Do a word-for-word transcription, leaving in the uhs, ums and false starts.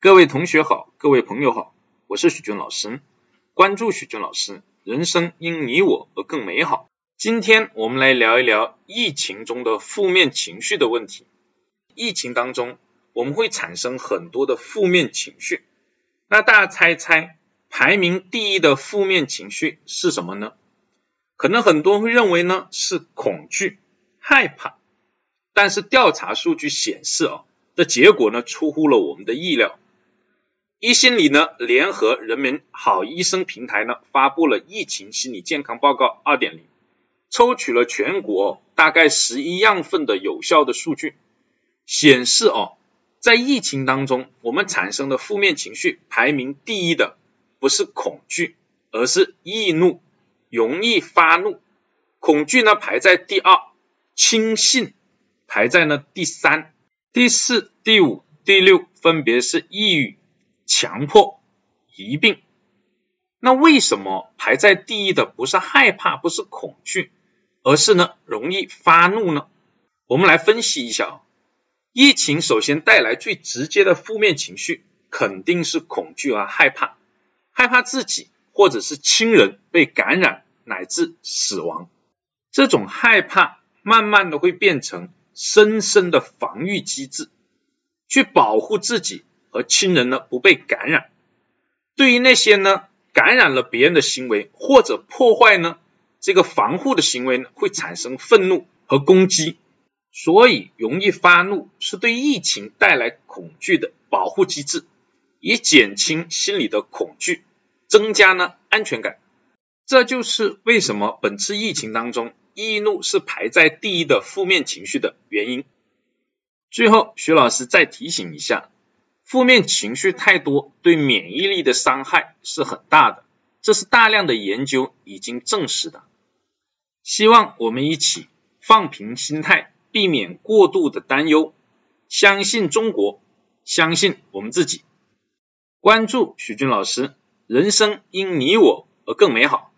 各位同学好，各位朋友好，我是许军老师，关注许军老师，人生因你我而更美好。今天我们来聊一聊疫情中的负面情绪的问题。疫情当中我们会产生很多的负面情绪，那大家猜一猜排名第一的负面情绪是什么呢？可能很多人会认为呢是恐惧、害怕，但是调查数据显示啊，这结果呢出乎了我们的意料。医心理呢联合人民好医生平台呢发布了疫情心理健康报告 二点零， 抽取了全国大概十一样份的有效的数据，显示哦，在疫情当中我们产生的负面情绪排名第一的不是恐惧，而是易怒，容易发怒。恐惧呢排在第二，轻信排在呢第三，第四、第五、第六分别是抑郁、强迫、疑病。那为什么排在第一的不是害怕，不是恐惧，而是呢容易发怒呢？我们来分析一下啊。疫情首先带来最直接的负面情绪肯定是恐惧和害怕，害怕自己或者是亲人被感染乃至死亡。这种害怕慢慢的会变成深深的防御机制，去保护自己和亲人呢不被感染。对于那些呢感染了别人的行为或者破坏呢这个防护的行为呢，会产生愤怒和攻击。所以容易发怒是对疫情带来恐惧的保护机制，以减轻心理的恐惧，增加呢安全感。这就是为什么本次疫情当中易怒是排在第一的负面情绪的原因。最后徐老师再提醒一下，负面情绪太多对免疫力的伤害是很大的，这是大量的研究已经证实的。希望我们一起放平心态，避免过度的担忧，相信中国，相信我们自己。关注许军老师，人生因你我而更美好。